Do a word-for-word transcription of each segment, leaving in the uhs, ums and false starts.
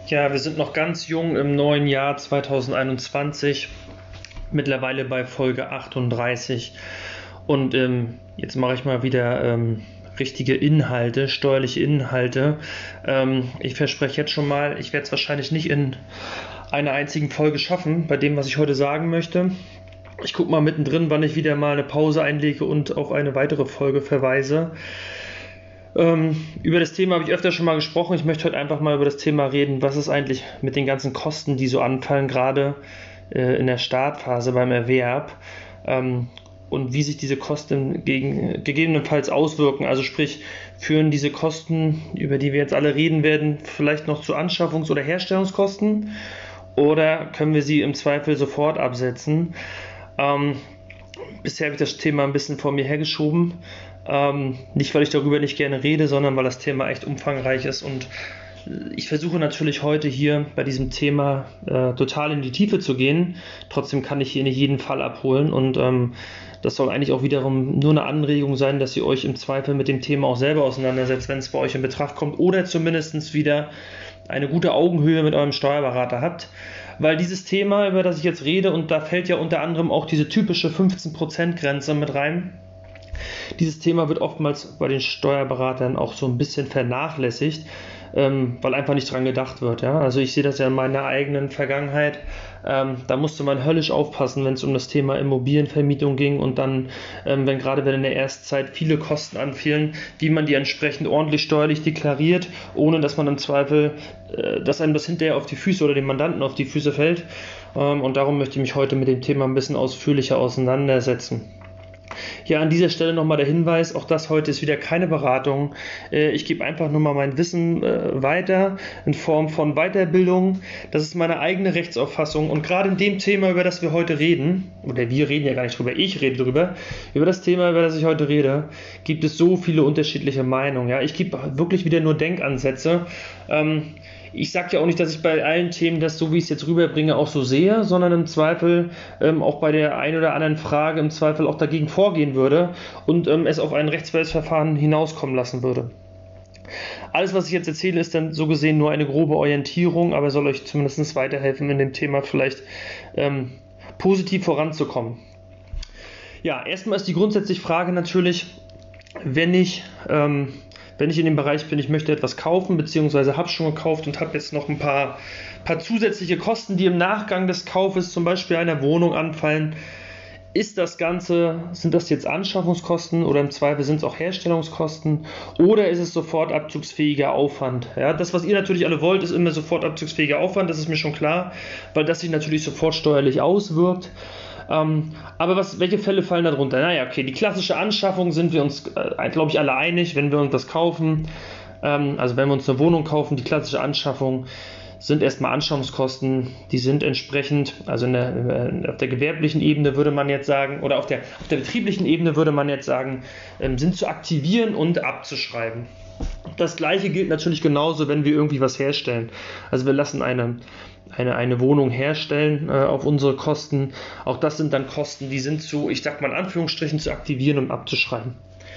Ja, wir sind noch ganz jung im neuen Jahr zweitausendeinundzwanzig, mittlerweile bei Folge achtunddreißig. Und ähm, jetzt mache ich mal wieder ähm, richtige Inhalte, steuerliche Inhalte. Ähm, ich verspreche jetzt schon mal, ich werde es wahrscheinlich nicht in einer einzigen Folge schaffen, bei dem, was ich heute sagen möchte. Ich gucke mal mittendrin, wann ich wieder mal eine Pause einlege und auf eine weitere Folge verweise. Ähm, über das Thema habe ich öfter schon mal gesprochen. Ich möchte heute einfach mal über das Thema reden, was ist eigentlich mit den ganzen Kosten, die so anfallen, gerade äh, in der Startphase beim Erwerb, ähm, und wie sich diese Kosten gegen, gegebenenfalls auswirken. Also sprich, führen diese Kosten, über die wir jetzt alle reden werden, vielleicht noch zu Anschaffungs- oder Herstellungskosten, oder können wir sie im Zweifel sofort absetzen? Ähm, bisher habe ich das Thema ein bisschen vor mir hergeschoben. Ähm, nicht, weil ich darüber nicht gerne rede, sondern weil das Thema echt umfangreich ist, und ich versuche natürlich heute hier bei diesem Thema äh, total in die Tiefe zu gehen. Trotzdem kann ich hier nicht jeden Fall abholen, und ähm, das soll eigentlich auch wiederum nur eine Anregung sein, dass ihr euch im Zweifel mit dem Thema auch selber auseinandersetzt, wenn es bei euch in Betracht kommt, oder zumindest wieder eine gute Augenhöhe mit eurem Steuerberater habt. Weil dieses Thema, über das ich jetzt rede, und da fällt ja unter anderem auch diese typische fünfzehn Prozent Grenze mit rein, dieses Thema wird oftmals bei den Steuerberatern auch so ein bisschen vernachlässigt, ähm, weil einfach nicht dran gedacht wird. Ja? Also ich sehe das ja in meiner eigenen Vergangenheit. Ähm, da musste man höllisch aufpassen, wenn es um das Thema Immobilienvermietung ging, und dann, ähm, wenn gerade wenn in der ersten Zeit viele Kosten anfielen, wie man die entsprechend ordentlich steuerlich deklariert, ohne dass man im Zweifel, äh, dass einem das hinterher auf die Füße oder dem Mandanten auf die Füße fällt. Ähm, und darum möchte ich mich heute mit dem Thema ein bisschen ausführlicher auseinandersetzen. Ja, an dieser Stelle nochmal der Hinweis, auch das heute ist wieder keine Beratung. Ich gebe einfach nur mal mein Wissen weiter in Form von Weiterbildung. Das ist meine eigene Rechtsauffassung, und gerade in dem Thema, über das wir heute reden, oder wir reden ja gar nicht drüber, ich rede drüber, über das Thema, über das ich heute rede, gibt es so viele unterschiedliche Meinungen. Ja, ich gebe wirklich wieder nur Denkansätze. Ich sage ja auch nicht, dass ich bei allen Themen das, so wie ich es jetzt rüberbringe, auch so sehe, sondern im Zweifel ähm, auch bei der einen oder anderen Frage im Zweifel auch dagegen vorgehen würde und ähm, es auf ein Rechtsverfahren hinauskommen lassen würde. Alles, was ich jetzt erzähle, ist dann so gesehen nur eine grobe Orientierung, aber soll euch zumindest weiterhelfen, in dem Thema vielleicht ähm, positiv voranzukommen. Ja, erstmal ist die grundsätzliche Frage natürlich, wenn ich... Ähm, Wenn ich in dem Bereich bin, ich möchte etwas kaufen, beziehungsweise habe schon gekauft und habe jetzt noch ein paar, paar zusätzliche Kosten, die im Nachgang des Kaufes zum Beispiel einer Wohnung anfallen, ist das Ganze, sind das jetzt Anschaffungskosten oder im Zweifel sind es auch Herstellungskosten, oder ist es sofort abzugsfähiger Aufwand? Ja, das, was ihr natürlich alle wollt, ist immer sofort abzugsfähiger Aufwand, das ist mir schon klar, weil das sich natürlich sofort steuerlich auswirkt. Ähm, aber was, welche Fälle fallen da drunter? Naja, okay, die klassische Anschaffung sind wir uns, äh, glaube ich, alle einig, wenn wir uns das kaufen, ähm, also wenn wir uns eine Wohnung kaufen, die klassische Anschaffung sind erstmal Anschaffungskosten, die sind entsprechend, also in der, auf der gewerblichen Ebene würde man jetzt sagen, oder auf der, auf der betrieblichen Ebene würde man jetzt sagen, ähm, sind zu aktivieren und abzuschreiben. Das gleiche gilt natürlich genauso, wenn wir irgendwie was herstellen. Also wir lassen eine Eine, eine Wohnung herstellen äh, auf unsere Kosten. Auch das sind dann Kosten, die sind zu, ich sag mal in Anführungsstrichen, zu aktivieren und abzuschreiben.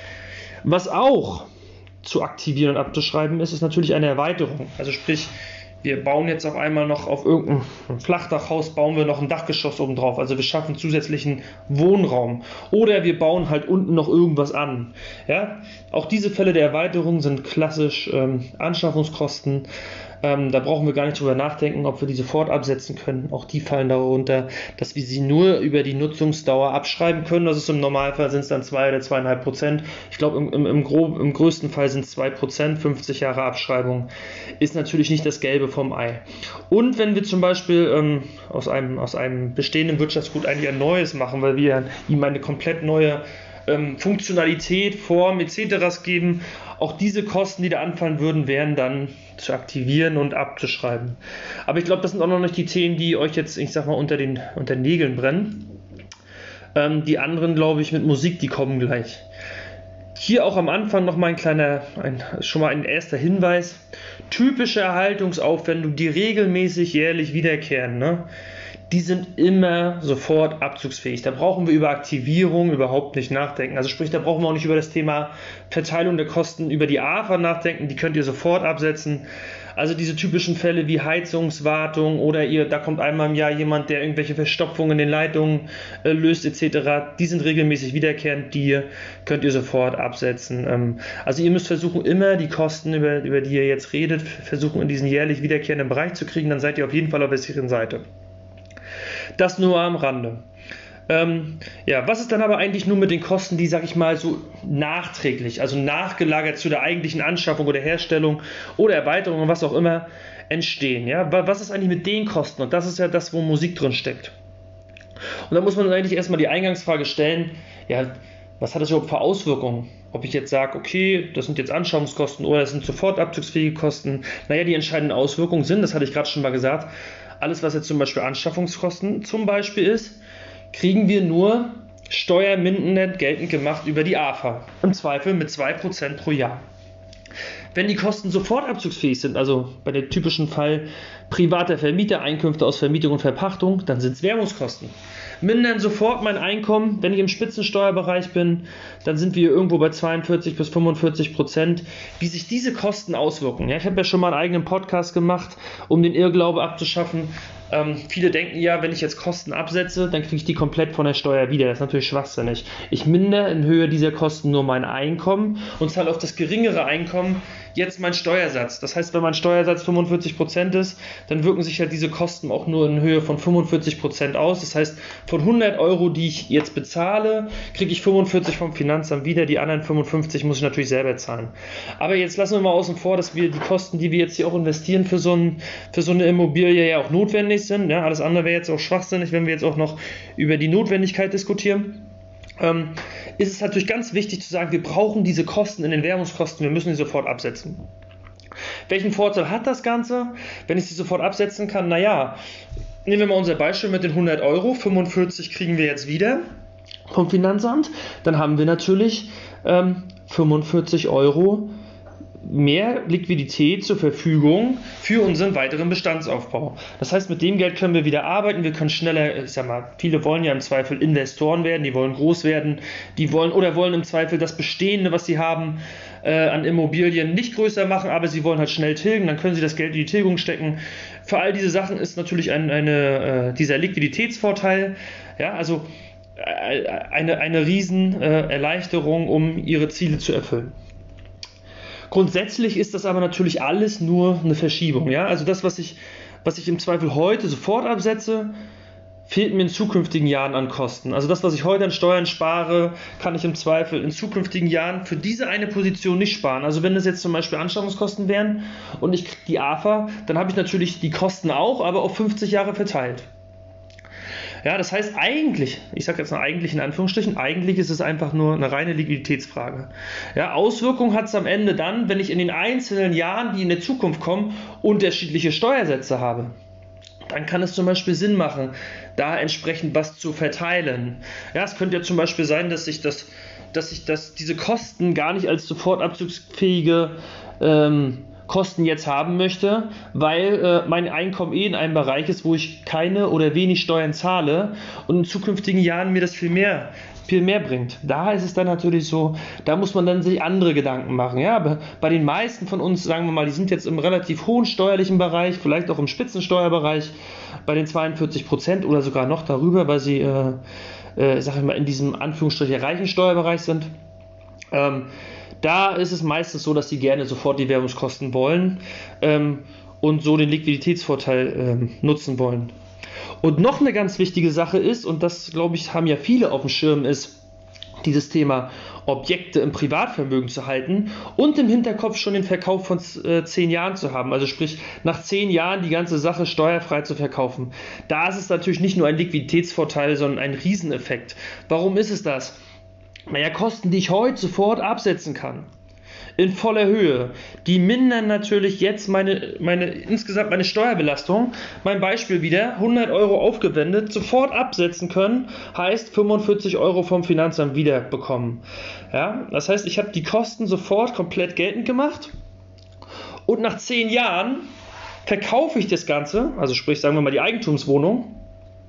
Was auch zu aktivieren und abzuschreiben ist, ist natürlich eine Erweiterung. Also sprich, wir bauen jetzt auf einmal noch auf irgendein Flachdachhaus, bauen wir noch ein Dachgeschoss oben drauf. Also wir schaffen zusätzlichen Wohnraum. Oder wir bauen halt unten noch irgendwas an. Ja? Auch diese Fälle der Erweiterung sind klassisch ähm, Anschaffungskosten. Ähm, da brauchen wir gar nicht drüber nachdenken, ob wir die sofort absetzen können. Auch die fallen darunter, dass wir sie nur über die Nutzungsdauer abschreiben können. Das ist im Normalfall sind es dann zwei oder zweieinhalb Prozent. Ich glaube, im, im, im, grob, im größten Fall sind es zwei Prozent, fünfzig Jahre Abschreibung. Ist natürlich nicht das Gelbe vom Ei. Und wenn wir zum Beispiel ähm, aus, einem, aus einem bestehenden Wirtschaftsgut eigentlich ein neues machen, weil wir ihm eine komplett neue ähm, Funktionalität, Form et cetera geben, auch diese Kosten, die da anfallen würden, wären dann zu aktivieren und abzuschreiben. Aber ich glaube, das sind auch noch nicht die Themen, die euch jetzt, ich sag mal, unter den, unter den Nägeln brennen. Ähm, die anderen, glaube ich, mit Musik, die kommen gleich. Hier auch am Anfang noch mal ein kleiner, ein, schon mal ein erster Hinweis. Typische Erhaltungsaufwendungen, die regelmäßig jährlich wiederkehren, ne? die sind immer sofort abzugsfähig. Da brauchen wir über Aktivierung überhaupt nicht nachdenken. Also sprich, da brauchen wir auch nicht über das Thema Verteilung der Kosten über die A F A nachdenken, die könnt ihr sofort absetzen. Also diese typischen Fälle wie Heizungswartung oder ihr, da kommt einmal im Jahr jemand, der irgendwelche Verstopfungen in den Leitungen äh, löst et cetera. Die sind regelmäßig wiederkehrend, die könnt ihr sofort absetzen. Ähm, also ihr müsst versuchen, immer die Kosten, über, über die ihr jetzt redet, versuchen in diesen jährlich wiederkehrenden Bereich zu kriegen, dann seid ihr auf jeden Fall auf der sicheren Seite. Das nur am Rande. Ähm, ja, was ist dann aber eigentlich nur mit den Kosten, die, sag ich mal, so nachträglich, also nachgelagert zu der eigentlichen Anschaffung oder Herstellung oder Erweiterung und was auch immer entstehen? Ja? Was ist eigentlich mit den Kosten? Und das ist ja das, wo Musik drin steckt. Und da muss man eigentlich erstmal die Eingangsfrage stellen, ja, was hat das überhaupt für Auswirkungen? Ob ich jetzt sage, okay, das sind jetzt Anschaffungskosten oder das sind sofort abzugsfähige Kosten. Naja, die entscheidenden Auswirkungen sind, das hatte ich gerade schon mal gesagt, alles, was jetzt zum Beispiel Anschaffungskosten zum Beispiel ist, kriegen wir nur steuermindernd geltend gemacht über die A F A. Im Zweifel mit zwei Prozent pro Jahr. Wenn die Kosten sofort abzugsfähig sind, also bei dem typischen Fall privater Vermieter, Einkünfte aus Vermietung und Verpachtung, dann sind es Werbungskosten. Mindern sofort mein Einkommen, wenn ich im Spitzensteuerbereich bin, dann sind wir irgendwo bei zweiundvierzig bis fünfundvierzig Prozent. Wie sich diese Kosten auswirken, ja, ich habe ja schon mal einen eigenen Podcast gemacht, um den Irrglaube abzuschaffen. Ähm, viele denken ja, wenn ich jetzt Kosten absetze, dann kriege ich die komplett von der Steuer wieder. Das ist natürlich schwachsinnig. Ich mindere in Höhe dieser Kosten nur mein Einkommen und zahle auf das geringere Einkommen jetzt meinen Steuersatz. Das heißt, wenn mein Steuersatz fünfundvierzig Prozent ist, dann wirken sich halt diese Kosten auch nur in Höhe von fünfundvierzig Prozent aus. Das heißt, von hundert Euro, die ich jetzt bezahle, kriege ich fünfundvierzig vom Finanzamt wieder. Die anderen fünfundfünfzig muss ich natürlich selber zahlen. Aber jetzt lassen wir mal außen vor, dass wir die Kosten, die wir jetzt hier auch investieren für so, ein, für so eine Immobilie, ja auch notwendig sind. Ja, alles andere wäre jetzt auch schwachsinnig, wenn wir jetzt auch noch über die Notwendigkeit diskutieren. Ähm, ist es natürlich ganz wichtig zu sagen, wir brauchen diese Kosten in den Werbungskosten, wir müssen sie sofort absetzen. Welchen Vorteil hat das Ganze, wenn ich sie sofort absetzen kann? Naja, nehmen wir mal unser Beispiel mit den hundert Euro, fünfundvierzig kriegen wir jetzt wieder vom Finanzamt, dann haben wir natürlich ähm, fünfundvierzig Euro mehr Liquidität zur Verfügung für unseren weiteren Bestandsaufbau. Das heißt, mit dem Geld können wir wieder arbeiten, wir können schneller, ich sag mal, viele wollen ja im Zweifel Investoren werden, die wollen groß werden, die wollen oder wollen im Zweifel das Bestehende, was sie haben, äh, an Immobilien nicht größer machen, aber sie wollen halt schnell tilgen, dann können sie das Geld in die Tilgung stecken. Für all diese Sachen ist natürlich ein, eine, äh, dieser Liquiditätsvorteil, ja, also äh, eine, eine riesen äh, Erleichterung, um ihre Ziele zu erfüllen. Grundsätzlich ist das aber natürlich alles nur eine Verschiebung. Ja? Also das, was ich, was ich im Zweifel heute sofort absetze, fehlt mir in zukünftigen Jahren an Kosten. Also das, was ich heute an Steuern spare, kann ich im Zweifel in zukünftigen Jahren für diese eine Position nicht sparen. Also wenn es jetzt zum Beispiel Anschaffungskosten wären und ich kriege die A F A, dann habe ich natürlich die Kosten auch, aber auf fünfzig Jahre verteilt. Ja, das heißt eigentlich, ich sage jetzt mal eigentlich in Anführungsstrichen, eigentlich ist es einfach nur eine reine Liquiditätsfrage. Ja, Auswirkungen hat es am Ende dann, wenn ich in den einzelnen Jahren, die in der Zukunft kommen, unterschiedliche Steuersätze habe. Dann kann es zum Beispiel Sinn machen, da entsprechend was zu verteilen. Ja, es könnte ja zum Beispiel sein, dass ich, das, dass ich das, diese Kosten gar nicht als sofort abzugsfähige ähm, Kosten jetzt haben möchte, weil äh, mein Einkommen eh in einem Bereich ist, wo ich keine oder wenig Steuern zahle und in zukünftigen Jahren mir das viel mehr, viel mehr bringt. Da ist es dann natürlich so, da muss man dann sich andere Gedanken machen. Ja, aber bei den meisten von uns, sagen wir mal, die sind jetzt im relativ hohen steuerlichen Bereich, vielleicht auch im Spitzensteuerbereich, bei den zweiundvierzig Prozent oder sogar noch darüber, weil sie, äh, äh, sag ich mal, in diesem Anführungsstrich reichen Steuerbereich sind. Ähm, Da ist es meistens so, dass sie gerne sofort die Werbungskosten wollen ähm, und so den Liquiditätsvorteil ähm, nutzen wollen. Und noch eine ganz wichtige Sache ist, und das glaube ich haben ja viele auf dem Schirm, ist dieses Thema Objekte im Privatvermögen zu halten und im Hinterkopf schon den Verkauf von äh, zehn Jahren zu haben. Also sprich, nach zehn Jahren die ganze Sache steuerfrei zu verkaufen. Da ist es natürlich nicht nur ein Liquiditätsvorteil, sondern ein Rieseneffekt. Warum ist es das? Naja, Kosten, die ich heute sofort absetzen kann, in voller Höhe, die mindern natürlich jetzt meine, meine, insgesamt meine Steuerbelastung. Mein Beispiel wieder, hundert Euro aufgewendet, sofort absetzen können, heißt fünfundvierzig Euro vom Finanzamt wiederbekommen. Ja, das heißt, ich habe die Kosten sofort komplett geltend gemacht und nach zehn Jahren verkaufe ich das Ganze, also sprich, sagen wir mal die Eigentumswohnung,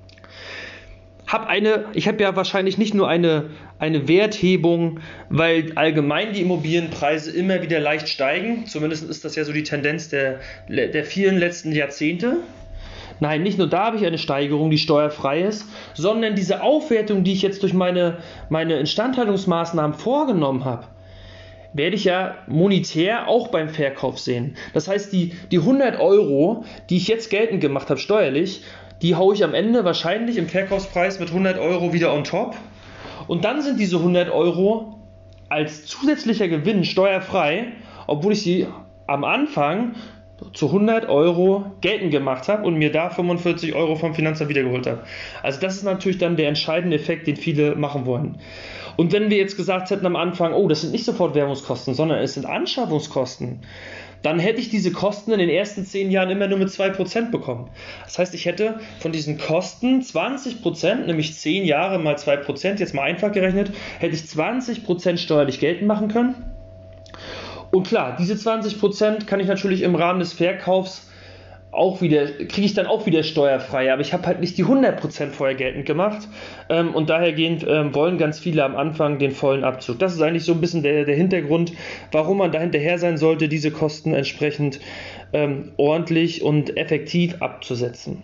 habe eine, ich habe ja wahrscheinlich nicht nur eine, eine Werthebung, weil allgemein die Immobilienpreise immer wieder leicht steigen. Zumindest ist das ja so die Tendenz der, der vielen letzten Jahrzehnte. Nein, nicht nur da habe ich eine Steigerung, die steuerfrei ist, sondern diese Aufwertung, die ich jetzt durch meine, meine Instandhaltungsmaßnahmen vorgenommen habe, werde ich ja monetär auch beim Verkauf sehen. Das heißt, die, die hundert Euro, die ich jetzt geltend gemacht habe steuerlich, die haue ich am Ende wahrscheinlich im Verkaufspreis mit hundert Euro wieder on top. Und dann sind diese hundert Euro als zusätzlicher Gewinn steuerfrei, obwohl ich sie am Anfang zu hundert Euro geltend gemacht habe und mir da fünfundvierzig Euro vom Finanzamt wiedergeholt habe. Also das ist natürlich dann der entscheidende Effekt, den viele machen wollen. Und wenn wir jetzt gesagt hätten am Anfang, oh, das sind nicht sofort Werbungskosten, sondern es sind Anschaffungskosten, dann hätte ich diese Kosten in den ersten zehn Jahren immer nur mit zwei Prozent bekommen. Das heißt, ich hätte von diesen Kosten zwanzig Prozent, nämlich zehn Jahre mal zwei Prozent, jetzt mal einfach gerechnet, hätte ich zwanzig Prozent steuerlich geltend machen können. Und klar, diese zwanzig Prozent kann ich natürlich im Rahmen des Verkaufs auch wieder, kriege ich dann auch wieder steuerfrei, aber ich habe halt nicht die hundert Prozent vorher geltend gemacht ähm, und dahergehend ähm, wollen ganz viele am Anfang den vollen Abzug. Das ist eigentlich so ein bisschen der, der Hintergrund, warum man da hinterher sein sollte, diese Kosten entsprechend ähm, ordentlich und effektiv abzusetzen.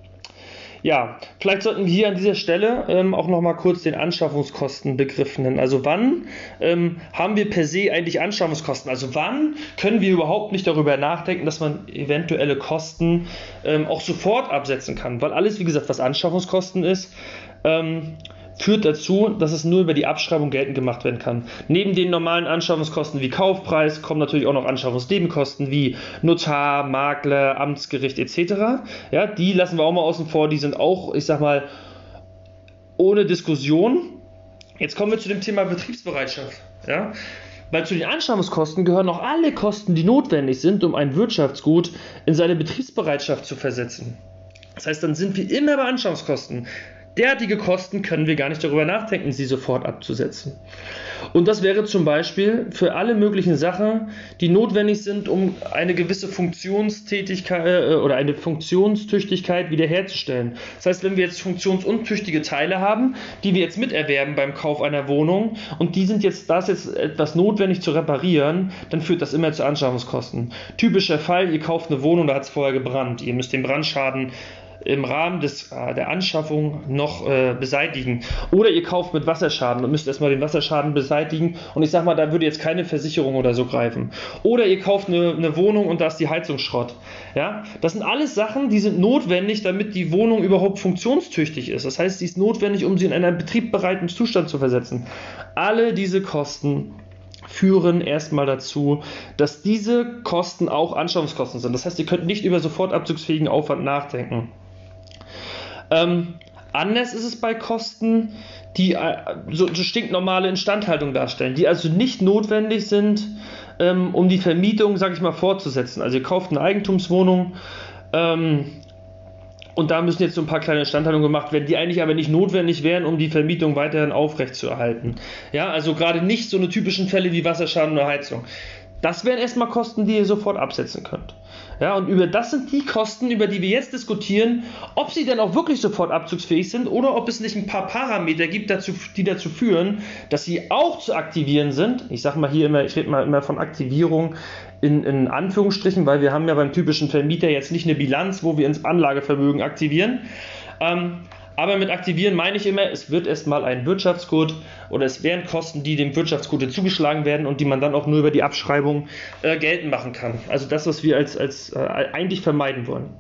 Ja, vielleicht sollten wir hier an dieser Stelle ähm, auch nochmal kurz den Anschaffungskostenbegriff nennen. Also wann ähm, haben wir per se eigentlich Anschaffungskosten? Also wann können wir überhaupt nicht darüber nachdenken, dass man eventuelle Kosten ähm, auch sofort absetzen kann? Weil alles, wie gesagt, was Anschaffungskosten ist, ähm, führt dazu, dass es nur über die Abschreibung geltend gemacht werden kann. Neben den normalen Anschaffungskosten wie Kaufpreis kommen natürlich auch noch Anschaffungsnebenkosten wie Notar, Makler, Amtsgericht et cetera. Ja, die lassen wir auch mal außen vor, die sind auch, ich sag mal, ohne Diskussion. Jetzt kommen wir zu dem Thema Betriebsbereitschaft. Ja? Weil zu den Anschaffungskosten gehören noch alle Kosten, die notwendig sind, um ein Wirtschaftsgut in seine Betriebsbereitschaft zu versetzen. Das heißt, dann sind wir immer bei Anschaffungskosten. Derartige Kosten können wir gar nicht darüber nachdenken, sie sofort abzusetzen. Und das wäre zum Beispiel für alle möglichen Sachen, die notwendig sind, um eine gewisse Funktionstätigkeit äh, oder eine Funktionstüchtigkeit wiederherzustellen. Das heißt, wenn wir jetzt funktionsuntüchtige Teile haben, die wir jetzt miterwerben beim Kauf einer Wohnung und die sind jetzt, da ist jetzt etwas notwendig zu reparieren, dann führt das immer zu Anschaffungskosten. Typischer Fall, ihr kauft eine Wohnung, da hat es vorher gebrannt. Ihr müsst den Brandschaden im Rahmen des, äh, der Anschaffung noch äh, beseitigen. Oder ihr kauft mit Wasserschaden und müsst erstmal den Wasserschaden beseitigen und ich sag mal, da würde jetzt keine Versicherung oder so greifen. Oder ihr kauft eine, eine Wohnung und da ist die Heizung Schrott. Ja? Das sind alles Sachen, die sind notwendig, damit die Wohnung überhaupt funktionstüchtig ist. Das heißt, sie ist notwendig, um sie in einen betriebsbereiten Zustand zu versetzen. Alle diese Kosten führen erstmal dazu, dass diese Kosten auch Anschaffungskosten sind. Das heißt, ihr könnt nicht über sofort abzugsfähigen Aufwand nachdenken. Ähm, anders ist es bei Kosten, die äh, so, so stinknormale Instandhaltung darstellen, die also nicht notwendig sind, ähm, um die Vermietung, sage ich mal, fortzusetzen. Also ihr kauft eine Eigentumswohnung ähm, und da müssen jetzt so ein paar kleine Instandhaltungen gemacht werden, die eigentlich aber nicht notwendig wären, um die Vermietung weiterhin aufrechtzuerhalten. Ja, also gerade nicht so eine typischen Fälle wie Wasserschaden oder Heizung. Das wären erstmal Kosten, die ihr sofort absetzen könnt. Ja, und über das sind die Kosten, über die wir jetzt diskutieren, ob sie denn auch wirklich sofort abzugsfähig sind oder ob es nicht ein paar Parameter gibt, dazu, die dazu führen, dass sie auch zu aktivieren sind. Ich sage mal hier immer, ich rede mal immer von Aktivierung in, in Anführungsstrichen, weil wir haben ja beim typischen Vermieter jetzt nicht eine Bilanz, wo wir ins Anlagevermögen aktivieren. Ähm, Aber mit aktivieren meine ich immer, es wird erstmal ein Wirtschaftsgut oder es wären Kosten, die dem Wirtschaftsgut zugeschlagen werden und die man dann auch nur über die Abschreibung äh, geltend machen kann. Also das, was wir als, als äh, eigentlich vermeiden wollen.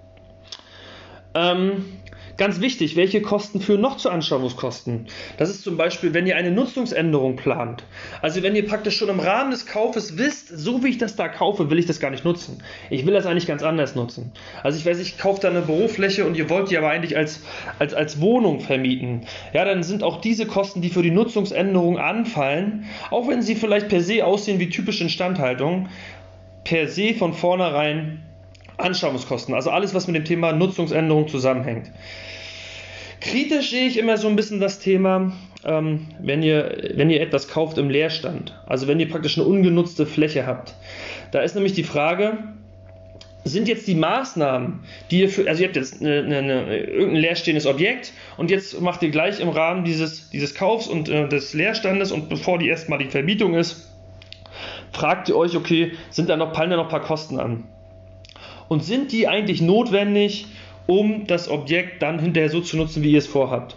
Ähm, ganz wichtig, welche Kosten führen noch zu Anschaffungskosten? Das ist zum Beispiel, wenn ihr eine Nutzungsänderung plant. Also wenn ihr praktisch schon im Rahmen des Kaufes wisst, so wie ich das da kaufe, will ich das gar nicht nutzen. Ich will das eigentlich ganz anders nutzen. Also ich weiß, ich kaufe da eine Bürofläche und ihr wollt die aber eigentlich als, als, als Wohnung vermieten. Ja, dann sind auch diese Kosten, die für die Nutzungsänderung anfallen, auch wenn sie vielleicht per se aussehen wie typische Instandhaltung, per se von vornherein Anschaffungskosten, also alles, was mit dem Thema Nutzungsänderung zusammenhängt. Kritisch sehe ich immer so ein bisschen das Thema, ähm, wenn ihr, wenn ihr etwas kauft im Leerstand, also wenn ihr praktisch eine ungenutzte Fläche habt. Da ist nämlich die Frage, sind jetzt die Maßnahmen, die ihr für, also ihr habt jetzt eine, eine, eine, irgendein leerstehendes Objekt und jetzt macht ihr gleich im Rahmen dieses, dieses Kaufs und äh, des Leerstandes und bevor die erstmal die Vermietung ist, fragt ihr euch, okay, sind da noch, fallen da noch ein paar Kosten an? Und sind die eigentlich notwendig, um das Objekt dann hinterher so zu nutzen, wie ihr es vorhabt?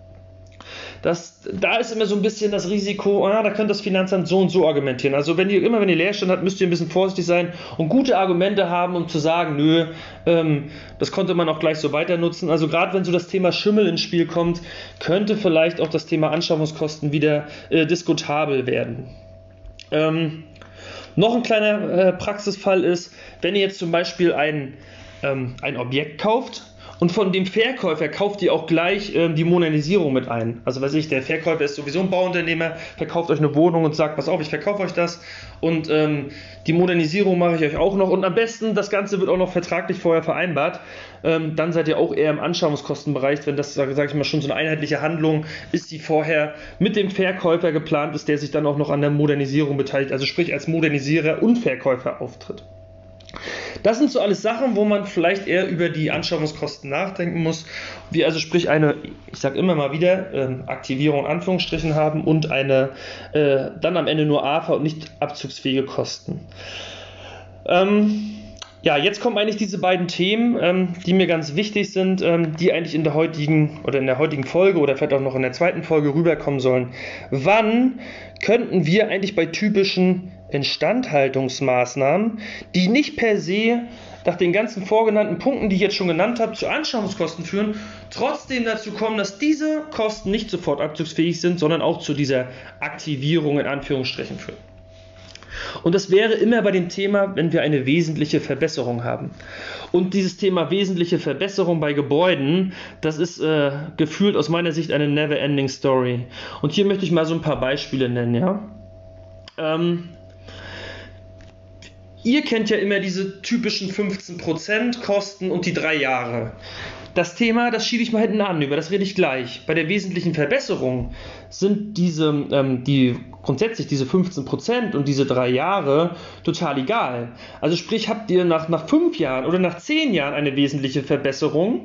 Das, da ist immer so ein bisschen das Risiko, ah, da könnte das Finanzamt so und so argumentieren. Also wenn ihr immer, wenn ihr Leerstand habt, müsst ihr ein bisschen vorsichtig sein und gute Argumente haben, um zu sagen, nö, ähm, das konnte man auch gleich so weiter nutzen. Also gerade wenn so das Thema Schimmel ins Spiel kommt, könnte vielleicht auch das Thema Anschaffungskosten wieder äh, diskutabel werden. Ähm, noch ein kleiner äh, Praxisfall ist, wenn ihr jetzt zum Beispiel ein, ähm, ein Objekt kauft, und von dem Verkäufer kauft ihr auch gleich ähm, die Modernisierung mit ein. Also weiß ich, der Verkäufer ist sowieso ein Bauunternehmer, verkauft euch eine Wohnung und sagt, pass auf, ich verkaufe euch das und ähm, die Modernisierung mache ich euch auch noch und am besten, das Ganze wird auch noch vertraglich vorher vereinbart. Ähm, dann seid ihr auch eher im Anschaffungskostenbereich, wenn das, sage ich mal, schon so eine einheitliche Handlung ist, die vorher mit dem Verkäufer geplant ist, der sich dann auch noch an der Modernisierung beteiligt, also sprich als Modernisierer und Verkäufer auftritt. Das sind so alles Sachen, wo man vielleicht eher über die Anschaffungskosten nachdenken muss. Wir also sprich eine, ich sage immer mal wieder, äh, Aktivierung in Anführungsstrichen haben und eine äh, dann am Ende nur A F A und nicht abzugsfähige Kosten. Ähm, ja, jetzt kommen eigentlich diese beiden Themen, ähm, die mir ganz wichtig sind, ähm, die eigentlich in der heutigen oder in der heutigen Folge oder vielleicht auch noch in der zweiten Folge rüberkommen sollen. Wann könnten wir eigentlich bei typischen Instandhaltungsmaßnahmen, die nicht per se nach den ganzen vorgenannten Punkten, die ich jetzt schon genannt habe, zu Anschaffungskosten führen, trotzdem dazu kommen, dass diese Kosten nicht sofort abzugsfähig sind, sondern auch zu dieser Aktivierung in Anführungsstrichen führen. Und das wäre immer bei dem Thema, wenn wir eine wesentliche Verbesserung haben. Und dieses Thema wesentliche Verbesserung bei Gebäuden, das ist äh, gefühlt aus meiner Sicht eine never-ending Story. Und hier möchte ich mal so ein paar Beispiele nennen, ja. Ähm, Ihr kennt ja immer diese typischen fünfzehn Prozent Kosten und die drei Jahre. Das Thema, das schiebe ich mal hinten an, über das rede ich gleich. Bei der wesentlichen Verbesserung sind diese, ähm, die, grundsätzlich diese fünfzehn Prozent und diese drei Jahre total egal. Also sprich, habt ihr nach, nach fünf Jahren oder nach zehn Jahren eine wesentliche Verbesserung,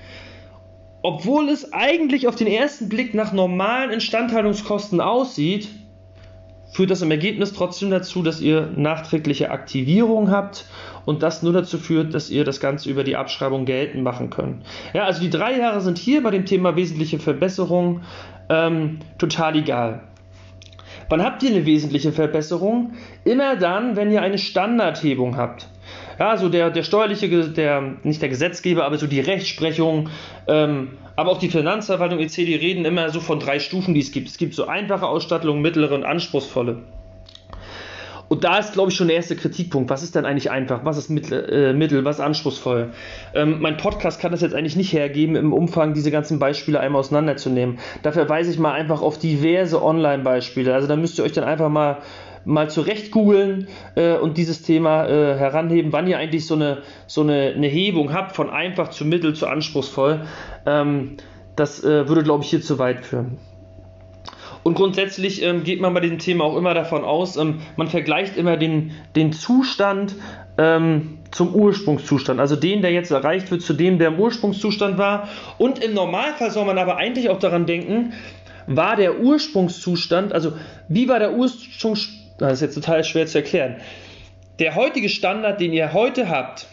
obwohl es eigentlich auf den ersten Blick nach normalen Instandhaltungskosten aussieht, führt das im Ergebnis trotzdem dazu, dass ihr nachträgliche Aktivierung habt und das nur dazu führt, dass ihr das Ganze über die Abschreibung geltend machen könnt. Ja, also die drei Jahre sind hier bei dem Thema wesentliche Verbesserung ähm, total egal. Wann habt ihr eine wesentliche Verbesserung? Immer dann, wenn ihr eine Standardhebung habt. Ja, also der, der steuerliche, der, nicht der Gesetzgeber, aber so die Rechtsprechung, ähm, aber auch die Finanzverwaltung et cetera, die reden immer so von drei Stufen, die es gibt. Es gibt so einfache Ausstattung, mittlere und anspruchsvolle. Und da ist, glaube ich, schon der erste Kritikpunkt. Was ist denn eigentlich einfach? Was ist mittel, äh, mittel was anspruchsvoll? Ähm, mein Podcast kann das jetzt eigentlich nicht hergeben, im Umfang diese ganzen Beispiele einmal auseinanderzunehmen. Da verweise ich mal einfach auf diverse Online-Beispiele. Also da müsst ihr euch dann einfach mal mal zurecht googeln äh, und dieses Thema äh, heranheben, wann ihr eigentlich so eine, so eine, eine Hebung habt von einfach zu mittel zu anspruchsvoll. Ähm, das äh, würde, glaube ich, hier zu weit führen. Und grundsätzlich ähm, geht man bei diesem Thema auch immer davon aus, ähm, man vergleicht immer den, den Zustand ähm, zum Ursprungszustand, also den, der jetzt erreicht wird, zu dem, der im Ursprungszustand war. Und im Normalfall soll man aber eigentlich auch daran denken, war der Ursprungszustand, also wie war der Ursprungszustand, das ist jetzt total schwer zu erklären. Der heutige Standard, den ihr heute habt,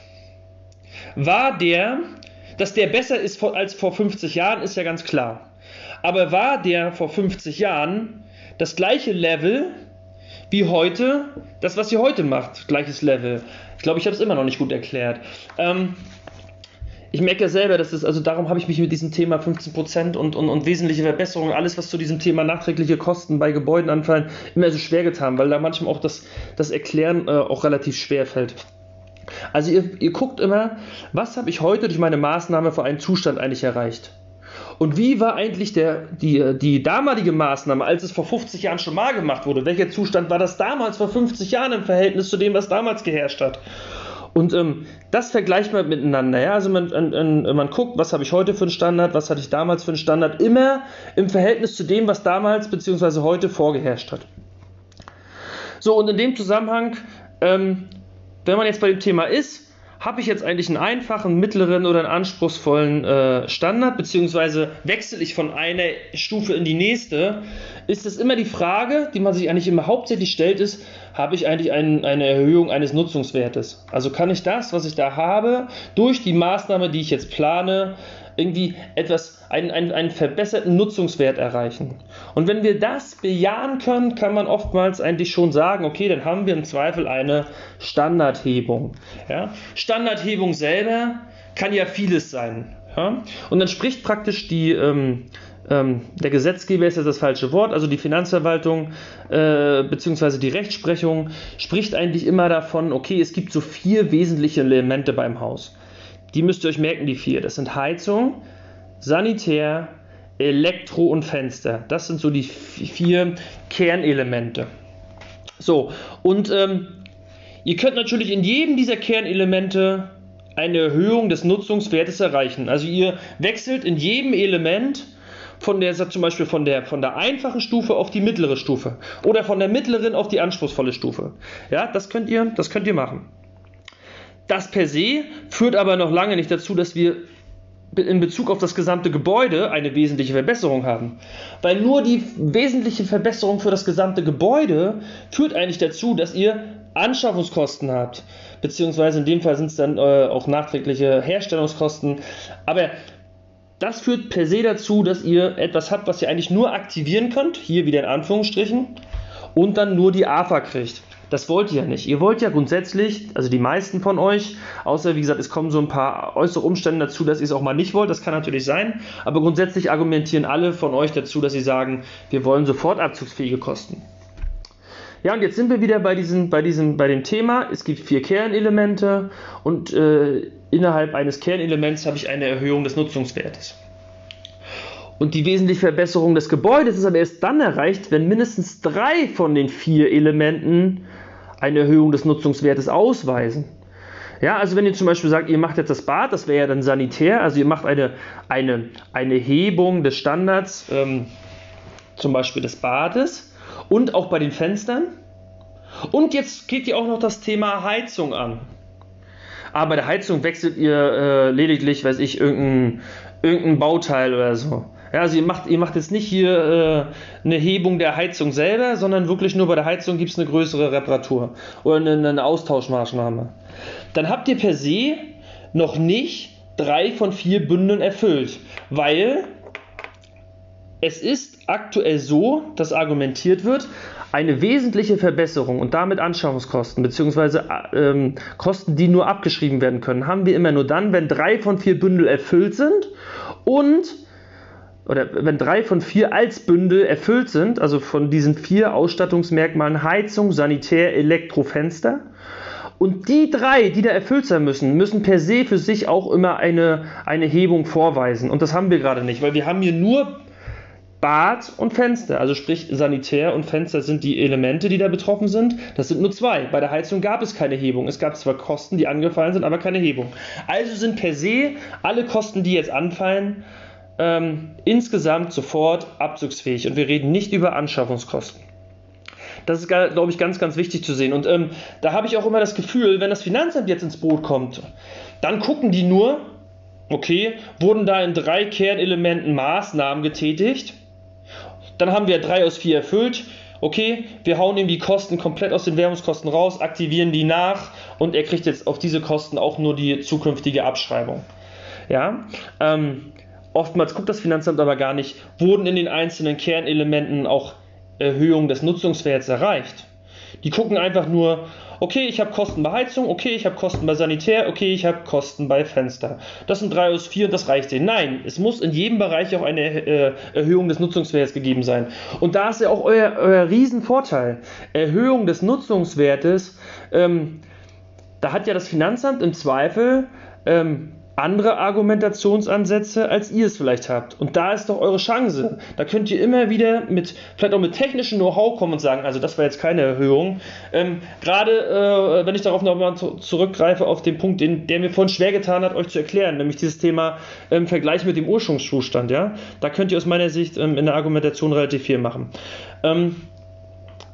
war der, dass der besser ist als vor fünfzig Jahren, ist ja ganz klar. Aber war der vor fünfzig Jahren das gleiche Level wie heute, das, was ihr heute macht, gleiches Level? Ich glaube, ich habe es immer noch nicht gut erklärt. Ähm, Ich merke ja selber, dass es, also darum habe ich mich mit diesem Thema fünfzehn Prozent und, und, und wesentliche Verbesserungen, alles was zu diesem Thema nachträgliche Kosten bei Gebäuden anfallen, immer so schwer getan, weil da manchmal auch das, das Erklären äh, auch relativ schwer fällt. Also ihr, ihr guckt immer, was habe ich heute durch meine Maßnahme für einen Zustand eigentlich erreicht? Und wie war eigentlich der, die, die damalige Maßnahme, als es vor fünfzig Jahren schon mal gemacht wurde? Welcher Zustand war das damals vor fünfzig Jahren im Verhältnis zu dem, was damals geherrscht hat? Und ähm, das vergleicht man miteinander. Ja? Also man, man, man guckt, was habe ich heute für einen Standard, was hatte ich damals für einen Standard, immer im Verhältnis zu dem, was damals bzw. heute vorgeherrscht hat. So, und in dem Zusammenhang, ähm, wenn man jetzt bei dem Thema ist, habe ich jetzt eigentlich einen einfachen, mittleren oder einen anspruchsvollen äh, Standard, beziehungsweise wechsle ich von einer Stufe in die nächste, ist es immer die Frage, die man sich eigentlich immer hauptsächlich stellt, ist, habe ich eigentlich ein, eine Erhöhung eines Nutzungswertes? Also kann ich das, was ich da habe, durch die Maßnahme, die ich jetzt plane, irgendwie etwas, einen, einen, einen verbesserten Nutzungswert erreichen. Und wenn wir das bejahen können, kann man oftmals eigentlich schon sagen, okay, dann haben wir im Zweifel eine Standardhebung. Ja? Standardhebung selber kann ja vieles sein. Ja? Und dann spricht praktisch die, ähm, ähm, der Gesetzgeber, ist jetzt das falsche Wort, also die Finanzverwaltung äh, bzw. die Rechtsprechung spricht eigentlich immer davon, okay, es gibt so vier wesentliche Elemente beim Haus. Die müsst ihr euch merken, die vier. Das sind Heizung, Sanitär, Elektro und Fenster. Das sind so die vier Kernelemente. So, und ähm, ihr könnt natürlich in jedem dieser Kernelemente eine Erhöhung des Nutzungswertes erreichen. Also ihr wechselt in jedem Element von der, zum Beispiel von der, von der einfachen Stufe auf die mittlere Stufe oder von der mittleren auf die anspruchsvolle Stufe. Ja, das könnt ihr, das könnt ihr machen. Das per se führt aber noch lange nicht dazu, dass wir in Bezug auf das gesamte Gebäude eine wesentliche Verbesserung haben. Weil nur die wesentliche Verbesserung für das gesamte Gebäude führt eigentlich dazu, dass ihr Anschaffungskosten habt. Beziehungsweise in dem Fall sind es dann äh, auch nachträgliche Herstellungskosten. Aber das führt per se dazu, dass ihr etwas habt, was ihr eigentlich nur aktivieren könnt, hier wieder in Anführungsstrichen, und dann nur die A F A kriegt. Das wollt ihr ja nicht. Ihr wollt ja grundsätzlich, also die meisten von euch, außer wie gesagt, es kommen so ein paar äußere Umstände dazu, dass ihr es auch mal nicht wollt, das kann natürlich sein, aber grundsätzlich argumentieren alle von euch dazu, dass sie sagen, wir wollen sofort abzugsfähige Kosten. Ja, und jetzt sind wir wieder bei, diesen, bei, diesem, bei dem Thema, es gibt vier Kernelemente und äh, innerhalb eines Kernelements habe ich eine Erhöhung des Nutzungswertes. Und die wesentliche Verbesserung des Gebäudes ist aber erst dann erreicht, wenn mindestens drei von den vier Elementen eine Erhöhung des Nutzungswertes ausweisen. Ja, also wenn ihr zum Beispiel sagt, ihr macht jetzt das Bad, das wäre ja dann sanitär, also ihr macht eine, eine, eine Hebung des Standards, ähm, zum Beispiel des Bades und auch bei den Fenstern. Und jetzt geht ihr auch noch das Thema Heizung an. Aber bei der Heizung wechselt ihr äh, lediglich, weiß ich, irgendein, irgendein Bauteil oder so. Ja, also ihr macht, ihr macht jetzt nicht hier äh, eine Hebung der Heizung selber, sondern wirklich nur bei der Heizung gibt es eine größere Reparatur oder eine, eine Austauschmaßnahme. Dann habt ihr per se noch nicht drei von vier Bündeln erfüllt, weil es ist aktuell so, dass argumentiert wird, eine wesentliche Verbesserung und damit Anschaffungskosten bzw. Ähm, Kosten, die nur abgeschrieben werden können, haben wir immer nur dann, wenn drei von vier Bündel erfüllt sind und oder wenn drei von vier als Bündel erfüllt sind, also von diesen vier Ausstattungsmerkmalen Heizung, Sanitär, Elektro, Fenster. Und die drei, die da erfüllt sein müssen, müssen per se für sich auch immer eine, eine Hebung vorweisen. Und das haben wir gerade nicht, weil wir haben hier nur Bad und Fenster, also sprich Sanitär und Fenster sind die Elemente, die da betroffen sind. Das sind nur zwei. Bei der Heizung gab es keine Hebung. Es gab zwar Kosten, die angefallen sind, aber keine Hebung. Also sind per se alle Kosten, die jetzt anfallen, ähm, insgesamt sofort abzugsfähig. Und wir reden nicht über Anschaffungskosten. Das ist, glaube ich, ganz, ganz wichtig zu sehen. Und ähm, da habe ich auch immer das Gefühl, wenn das Finanzamt jetzt ins Boot kommt, dann gucken die nur, okay, wurden da in drei Kernelementen Maßnahmen getätigt? Dann haben wir drei aus vier erfüllt. Okay, wir hauen ihm die Kosten komplett aus den Werbungskosten raus, aktivieren die nach und er kriegt jetzt auf diese Kosten auch nur die zukünftige Abschreibung. Ja, ähm, oftmals guckt das Finanzamt aber gar nicht, wurden in den einzelnen Kernelementen auch Erhöhung des Nutzungswerts erreicht. Die gucken einfach nur, okay, ich habe Kosten bei Heizung, okay, ich habe Kosten bei Sanitär, okay, ich habe Kosten bei Fenster. Das sind drei aus vier und das reicht denen. Nein, es muss in jedem Bereich auch eine äh, Erhöhung des Nutzungswertes gegeben sein. Und da ist ja auch euer, euer Riesenvorteil. Erhöhung des Nutzungswertes, ähm, da hat ja das Finanzamt im Zweifel ähm, andere Argumentationsansätze, als ihr es vielleicht habt. Und da ist doch eure Chance. Da könnt ihr immer wieder mit, vielleicht auch mit technischem Know-how kommen und sagen, also das war jetzt keine Erhöhung. Ähm, Gerade, äh, wenn ich darauf nochmal zurückgreife, auf den Punkt, den, der mir vorhin schwer getan hat, euch zu erklären, nämlich dieses Thema im ähm, Vergleich mit dem Ursprungszustand. Ja? Da könnt ihr aus meiner Sicht ähm, in der Argumentation relativ viel machen. Ähm,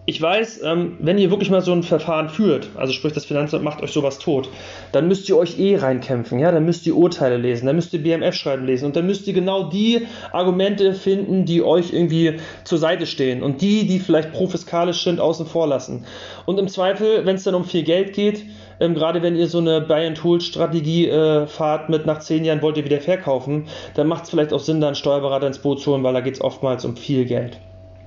Ich weiß, ähm, wenn ihr wirklich mal so ein Verfahren führt, also sprich das Finanzamt macht euch sowas tot, dann müsst ihr euch eh reinkämpfen, ja, dann müsst ihr Urteile lesen, dann müsst ihr B M F-Schreiben lesen und dann müsst ihr genau die Argumente finden, die euch irgendwie zur Seite stehen und die, die vielleicht profiskalisch sind, außen vor lassen. Und im Zweifel, wenn es dann um viel Geld geht, ähm, gerade wenn ihr so eine Buy-and-Hold-Strategie äh, fahrt mit nach zehn Jahren wollt ihr wieder verkaufen, dann macht es vielleicht auch Sinn, da einen Steuerberater ins Boot zu holen, weil da geht es oftmals um viel Geld.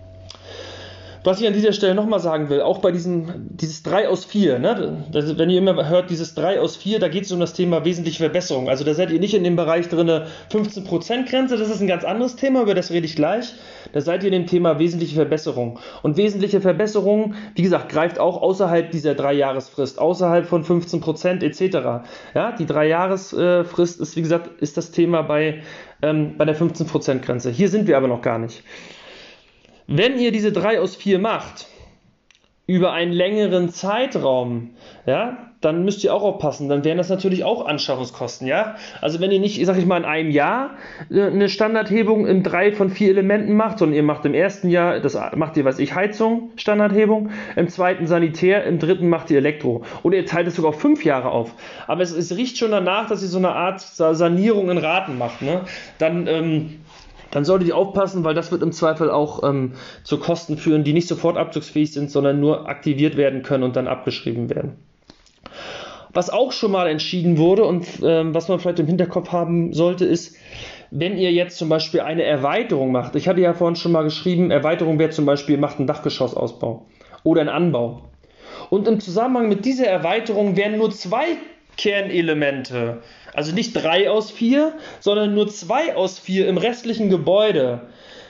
Was ich an dieser Stelle nochmal sagen will, auch bei diesem dieses drei aus vier, ne? Das, wenn ihr immer hört, dieses drei aus vier, da geht es um das Thema wesentliche Verbesserung. Also da seid ihr nicht in dem Bereich drin, fünfzehn Prozent Grenze, das ist ein ganz anderes Thema, über das rede ich gleich. Da seid ihr in dem Thema wesentliche Verbesserung. Und wesentliche Verbesserung, wie gesagt, greift auch außerhalb dieser drei-Jahresfrist, außerhalb von fünfzehn Prozent et cetera. Ja, die drei-Jahresfrist ist, wie gesagt, ist das Thema bei, ähm, bei der fünfzehn Prozent Grenze. Hier sind wir aber noch gar nicht. Wenn ihr diese drei aus vier macht, über einen längeren Zeitraum, ja, dann müsst ihr auch aufpassen, dann wären das natürlich auch Anschaffungskosten, ja. Also wenn ihr nicht, sag ich mal, in einem Jahr eine Standardhebung in drei von vier Elementen macht, sondern ihr macht im ersten Jahr, das macht ihr, weiß ich, Heizung, Standardhebung, im zweiten Sanitär, im dritten macht ihr Elektro. Oder ihr teilt es sogar auf fünf Jahre auf. Aber es, es riecht schon danach, dass ihr so eine Art Sanierung in Raten macht, ne. Dann, ähm, Dann solltet ihr aufpassen, weil das wird im Zweifel auch ähm, zu Kosten führen, die nicht sofort abzugsfähig sind, sondern nur aktiviert werden können und dann abgeschrieben werden. Was auch schon mal entschieden wurde und ähm, was man vielleicht im Hinterkopf haben sollte, ist, wenn ihr jetzt zum Beispiel eine Erweiterung macht. Ich hatte ja vorhin schon mal geschrieben, Erweiterung wäre zum Beispiel, ihr macht einen Dachgeschossausbau oder einen Anbau. Und im Zusammenhang mit dieser Erweiterung werden nur zwei Kernelemente, also nicht drei aus vier, sondern nur zwei aus vier im restlichen Gebäude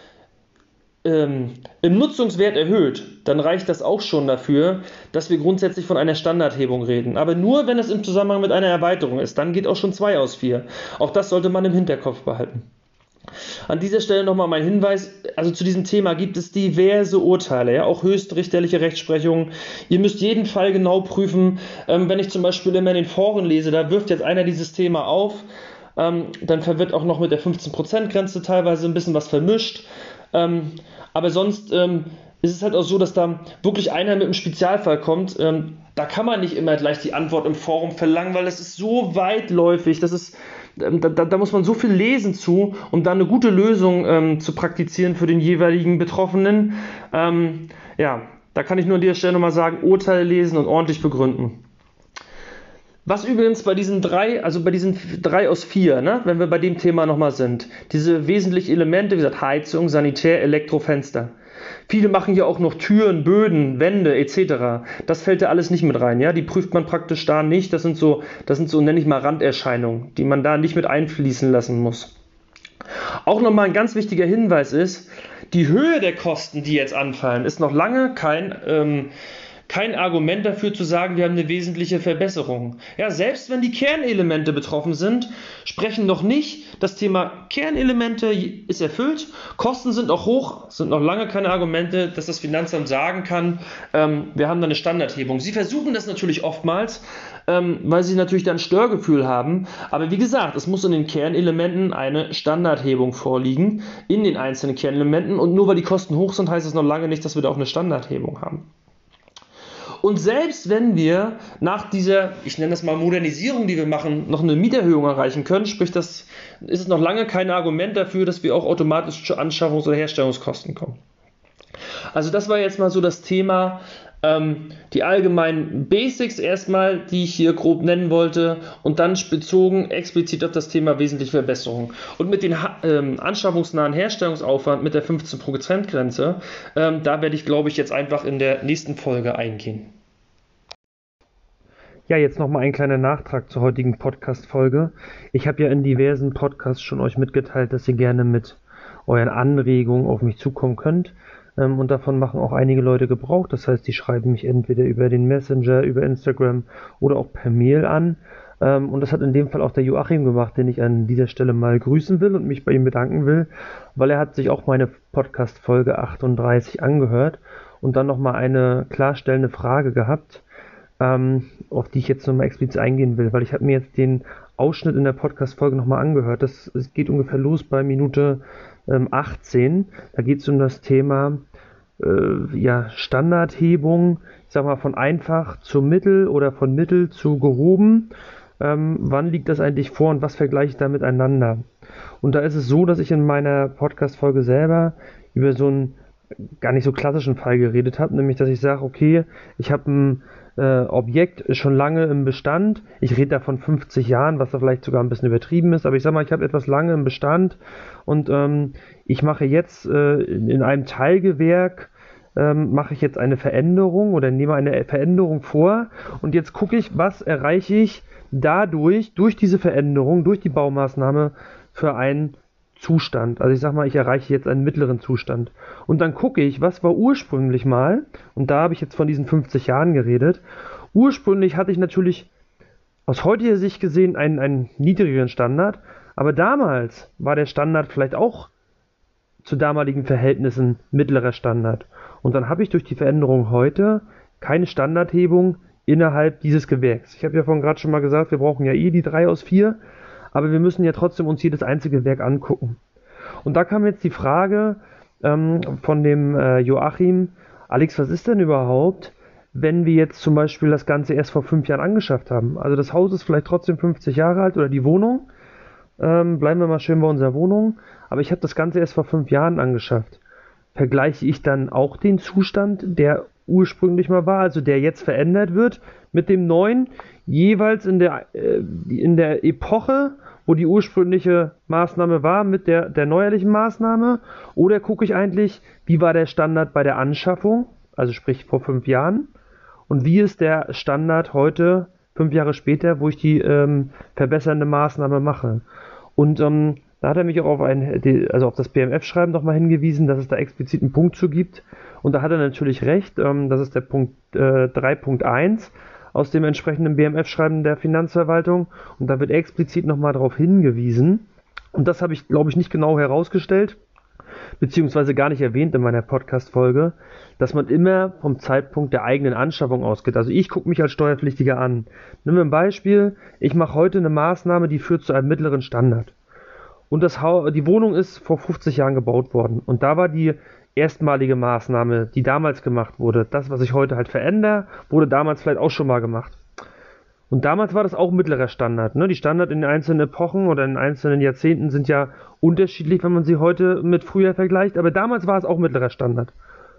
ähm, im Nutzungswert erhöht, dann reicht das auch schon dafür, dass wir grundsätzlich von einer Standardhebung reden. Aber nur, wenn es im Zusammenhang mit einer Erweiterung ist, dann geht auch schon zwei aus vier. Auch das sollte man im Hinterkopf behalten. An dieser Stelle nochmal mein Hinweis, also zu diesem Thema gibt es diverse Urteile, ja, auch höchstrichterliche Rechtsprechungen. Ihr müsst jeden Fall genau prüfen, ähm, wenn ich zum Beispiel immer in den Foren lese, da wirft jetzt einer dieses Thema auf, ähm, dann wird auch noch mit der fünfzehn Prozent Grenze teilweise ein bisschen was vermischt, ähm, aber sonst ähm, ist es halt auch so, dass da wirklich einer mit einem Spezialfall kommt. Ähm, da kann man nicht immer gleich die Antwort im Forum verlangen, weil es ist so weitläufig, das ist Da, da, da muss man so viel lesen zu, um dann eine gute Lösung ähm, zu praktizieren für den jeweiligen Betroffenen. Ähm, ja, da kann ich nur an dieser Stelle nochmal sagen, Urteile lesen und ordentlich begründen. Was übrigens bei diesen drei, also bei diesen drei aus vier, ne, wenn wir bei dem Thema nochmal sind, diese wesentlichen Elemente, wie gesagt, Heizung, Sanitär, Elektro, Fenster. Viele machen hier auch noch Türen, Böden, Wände et cetera. Das fällt da alles nicht mit rein, ja. Die prüft man praktisch da nicht. Das sind so, das sind so, nenne ich mal, Randerscheinungen, die man da nicht mit einfließen lassen muss. Auch nochmal ein ganz wichtiger Hinweis ist, die Höhe der Kosten, die jetzt anfallen, ist noch lange kein ähm, kein Argument dafür zu sagen, wir haben eine wesentliche Verbesserung. Ja, selbst wenn die Kernelemente betroffen sind, sprechen noch nicht, das Thema Kernelemente ist erfüllt, Kosten sind auch hoch, sind noch lange keine Argumente, dass das Finanzamt sagen kann, ähm, wir haben da eine Standardhebung. Sie versuchen das natürlich oftmals, ähm, weil sie natürlich dann ein Störgefühl haben, aber wie gesagt, es muss in den Kernelementen eine Standardhebung vorliegen, in den einzelnen Kernelementen, und nur weil die Kosten hoch sind, heißt es noch lange nicht, dass wir da auch eine Standardhebung haben. Und selbst wenn wir nach dieser, ich nenne das mal Modernisierung, die wir machen, noch eine Mieterhöhung erreichen können, sprich, das ist es noch lange kein Argument dafür, dass wir auch automatisch zu Anschaffungs- oder Herstellungskosten kommen. Also das war jetzt mal so das Thema, ähm, die allgemeinen Basics erstmal, die ich hier grob nennen wollte, und dann bezogen explizit auf das Thema wesentliche Verbesserung. Und mit dem ähm, anschaffungsnahen Herstellungsaufwand mit der fünfzehn Prozent Grenze, ähm, da werde ich, glaube ich, jetzt einfach in der nächsten Folge eingehen. Ja, jetzt nochmal ein kleiner Nachtrag zur heutigen Podcast-Folge. Ich habe ja in diversen Podcasts schon euch mitgeteilt, dass ihr gerne mit euren Anregungen auf mich zukommen könnt. Ähm, und davon machen auch einige Leute Gebrauch. Das heißt, die schreiben mich entweder über den Messenger, über Instagram oder auch per Mail an. Ähm, und das hat in dem Fall auch der Joachim gemacht, den ich an dieser Stelle mal grüßen will und mich bei ihm bedanken will, weil er hat sich auch meine Podcast-Folge achtunddreißig angehört und dann nochmal eine klarstellende Frage gehabt, ähm, auf die ich jetzt nochmal explizit eingehen will, weil ich habe mir jetzt den Ausschnitt in der Podcast-Folge nochmal angehört. Das, es geht ungefähr los bei Minute ähm, achtzehn. Da geht es um das Thema äh, ja, Standardhebung, ich sag mal von einfach zu mittel oder von mittel zu gehoben. Ähm, wann liegt das eigentlich vor und was vergleiche ich da miteinander? Und da ist es so, dass ich in meiner Podcast-Folge selber über so einen gar nicht so klassischen Fall geredet habe, nämlich dass ich sage, okay, ich habe ein äh, Objekt schon lange im Bestand, ich rede da von fünfzig Jahren, was da vielleicht sogar ein bisschen übertrieben ist, aber ich sage mal, ich habe etwas lange im Bestand und ähm, ich mache jetzt äh, in, in einem Teilgewerk ähm, mache ich jetzt eine Veränderung oder nehme eine Veränderung vor und jetzt gucke ich, was erreiche ich dadurch, durch diese Veränderung, durch die Baumaßnahme für einen Zustand. Also ich sag mal, ich erreiche jetzt einen mittleren Zustand. Und dann gucke ich, was war ursprünglich mal, und da habe ich jetzt von diesen fünfzig Jahren geredet, ursprünglich hatte ich natürlich aus heutiger Sicht gesehen einen, einen niedrigeren Standard, aber damals war der Standard vielleicht auch zu damaligen Verhältnissen mittlerer Standard. Und dann habe ich durch die Veränderung heute keine Standardhebung innerhalb dieses Gewerks. Ich habe ja vorhin gerade schon mal gesagt, wir brauchen ja eh die drei aus vier, aber wir müssen ja trotzdem uns jedes einzelne Werk angucken. Und da kam jetzt die Frage ähm, von dem äh, Joachim, Alex, was ist denn überhaupt, wenn wir jetzt zum Beispiel das Ganze erst vor fünf Jahren angeschafft haben? Also das Haus ist vielleicht trotzdem fünfzig Jahre alt oder die Wohnung, ähm, bleiben wir mal schön bei unserer Wohnung, aber ich habe das Ganze erst vor fünf Jahren angeschafft. Vergleiche ich dann auch den Zustand, der ursprünglich mal war, also der jetzt verändert wird, mit dem neuen, jeweils in der, äh, in der Epoche, wo die ursprüngliche Maßnahme war, mit der, der neuerlichen Maßnahme? Oder gucke ich eigentlich, wie war der Standard bei der Anschaffung, also sprich vor fünf Jahren, und wie ist der Standard heute, fünf Jahre später, wo ich die ähm, verbessernde Maßnahme mache? Und ähm, da hat er mich auch auf, ein, also auf das B M F-Schreiben nochmal hingewiesen, dass es da explizit einen Punkt zu gibt. Und da hat er natürlich recht, ähm, das ist der Punkt äh, drei Punkt eins aus dem entsprechenden B M F-Schreiben der Finanzverwaltung. Und da wird explizit nochmal darauf hingewiesen. Und das habe ich, glaube ich, nicht genau herausgestellt, beziehungsweise gar nicht erwähnt in meiner Podcast-Folge, dass man immer vom Zeitpunkt der eigenen Anschaffung ausgeht. Also ich gucke mich als Steuerpflichtiger an. Nehmen wir ein Beispiel, ich mache heute eine Maßnahme, die führt zu einem mittleren Standard. Und das ha- die Wohnung ist vor fünfzig Jahren gebaut worden. Und da war die erstmalige Maßnahme, die damals gemacht wurde, das, was ich heute halt verändere, wurde damals vielleicht auch schon mal gemacht. Und damals war das auch mittlerer Standard. Ne? Die Standard in den einzelnen Epochen oder in den einzelnen Jahrzehnten sind ja unterschiedlich, wenn man sie heute mit früher vergleicht. Aber damals war es auch mittlerer Standard.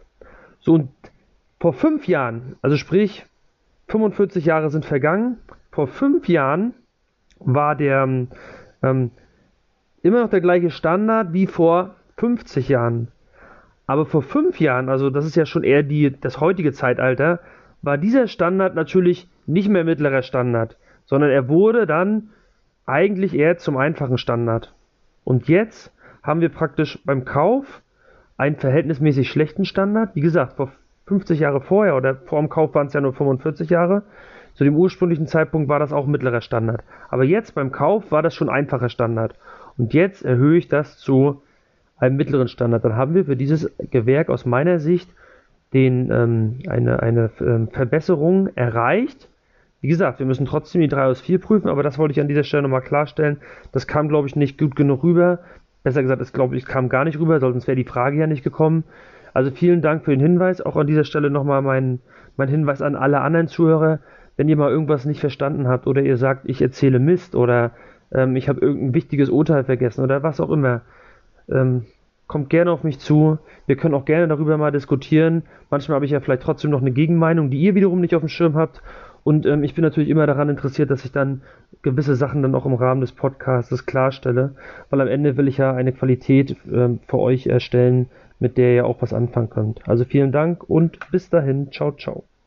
So, und vor fünf Jahren, also sprich, fünfundvierzig Jahre sind vergangen, vor fünf Jahren war der ähm, immer noch der gleiche Standard wie vor fünfzig Jahren. Aber vor fünf Jahren, also das ist ja schon eher die, das heutige Zeitalter, war dieser Standard natürlich nicht mehr mittlerer Standard, sondern er wurde dann eigentlich eher zum einfachen Standard. Und jetzt haben wir praktisch beim Kauf einen verhältnismäßig schlechten Standard. Wie gesagt, vor fünfzig Jahre vorher oder vor dem Kauf waren es ja nur fünfundvierzig Jahre. Zu dem ursprünglichen Zeitpunkt war das auch mittlerer Standard. Aber jetzt beim Kauf war das schon einfacher Standard. Und jetzt erhöhe ich das zu einem mittleren Standard. Dann haben wir für dieses Gewerk aus meiner Sicht den, ähm, eine, eine ähm, Verbesserung erreicht. Wie gesagt, wir müssen trotzdem die drei aus vier prüfen, aber das wollte ich an dieser Stelle nochmal klarstellen. Das kam, glaube ich, nicht gut genug rüber. Besser gesagt, es glaube ich, kam gar nicht rüber, sonst wäre die Frage ja nicht gekommen. Also vielen Dank für den Hinweis. Auch an dieser Stelle nochmal mein, mein Hinweis an alle anderen Zuhörer. Wenn ihr mal irgendwas nicht verstanden habt oder ihr sagt, ich erzähle Mist oder ähm, ich habe irgendein wichtiges Urteil vergessen oder was auch immer, ähm, kommt gerne auf mich zu. Wir können auch gerne darüber mal diskutieren. Manchmal habe ich ja vielleicht trotzdem noch eine Gegenmeinung, die ihr wiederum nicht auf dem Schirm habt. Und ähm, ich bin natürlich immer daran interessiert, dass ich dann gewisse Sachen dann auch im Rahmen des Podcasts klarstelle, weil am Ende will ich ja eine Qualität ähm, für euch erstellen, mit der ihr auch was anfangen könnt. Also vielen Dank und bis dahin. Ciao, ciao.